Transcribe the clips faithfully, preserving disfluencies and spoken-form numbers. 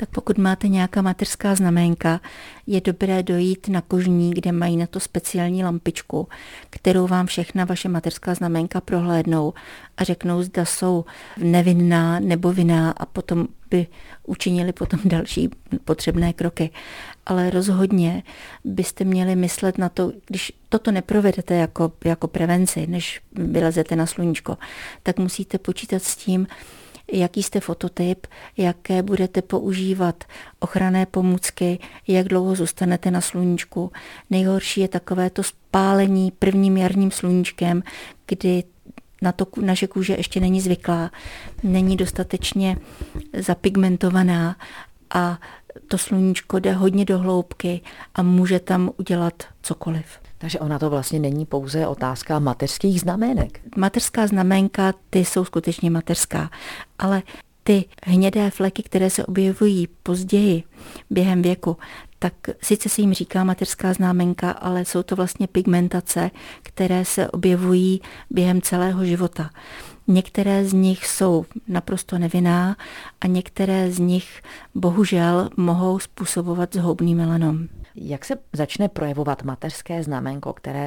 tak pokud máte nějaká mateřská znaménka, je dobré dojít na kožní, kde mají na to speciální lampičku, kterou vám všechna vaše mateřská znaménka prohlédnou a řeknou, zda jsou nevinná nebo vinná a potom by učinili potom další potřebné kroky. Ale rozhodně byste měli myslet na to, když toto neprovedete jako, jako prevenci, než vylezete na sluníčko, tak musíte počítat s tím, jaký jste fototyp, jaké budete používat ochranné pomůcky, jak dlouho zůstanete na sluníčku. Nejhorší je takové to spálení prvním jarním sluníčkem, kdy na to naše kůže ještě není zvyklá, není dostatečně zapigmentovaná a to sluníčko jde hodně do hloubky a může tam udělat cokoliv. Takže ona to vlastně není pouze otázka mateřských znamének. Mateřská znaménka, ty jsou skutečně mateřská, ale ty hnědé fleky, které se objevují později během věku, tak sice se jim říká mateřská znaménka, ale jsou to vlastně pigmentace, které se objevují během celého života. Některé z nich jsou naprosto nevinná a některé z nich bohužel mohou způsobovat zhoubný melanom. Jak se začne projevovat mateřské znaménko, které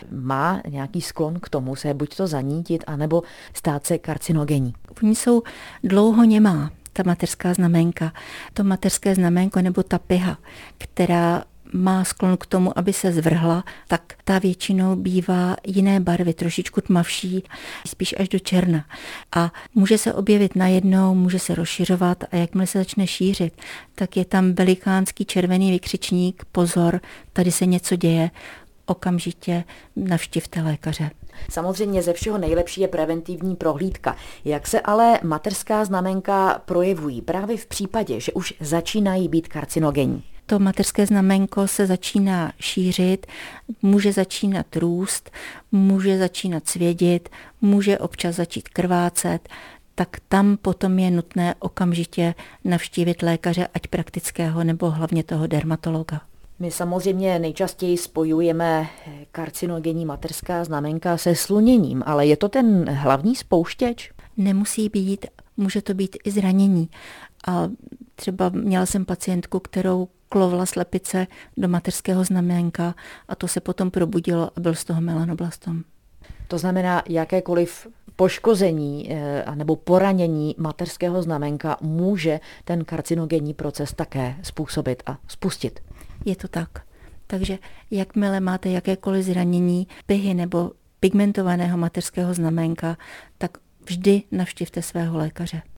má nějaký sklon k tomu se buď to zanítit, anebo stát se karcinogenní? Oni jsou dlouhoněmá, ta mateřská znaménka. To mateřské znaménko nebo ta piha, která má sklon k tomu, aby se zvrhla, tak ta většinou bývá jiné barvy, trošičku tmavší, spíš až do černa. A může se objevit najednou, může se rozšiřovat a jakmile se začne šířit, tak je tam velikánský červený vykřičník, pozor, tady se něco děje, okamžitě navštivte lékaře. Samozřejmě ze všeho nejlepší je preventivní prohlídka. Jak se ale mateřská znaménka projevují právě v případě, že už začínají být karcinogenní? To mateřské znaménko se začíná šířit, může začínat růst, může začínat svědit, může občas začít krvácet, tak tam potom je nutné okamžitě navštívit lékaře, ať praktického nebo hlavně toho dermatologa. My samozřejmě nejčastěji spojujeme karcinogenní mateřská znaménka se sluněním, ale je to ten hlavní spouštěč? Nemusí být, může to být i zranění. A třeba měla jsem pacientku, kterou klovla slepice do mateřského znaménka a to se potom probudilo a byl z toho melanoblastom. To znamená, jakékoliv poškození nebo poranění mateřského znaménka může ten karcinogenní proces také způsobit a spustit. Je to tak. Takže jakmile máte jakékoliv zranění pihy nebo pigmentovaného mateřského znaménka, tak vždy navštivte svého lékaře.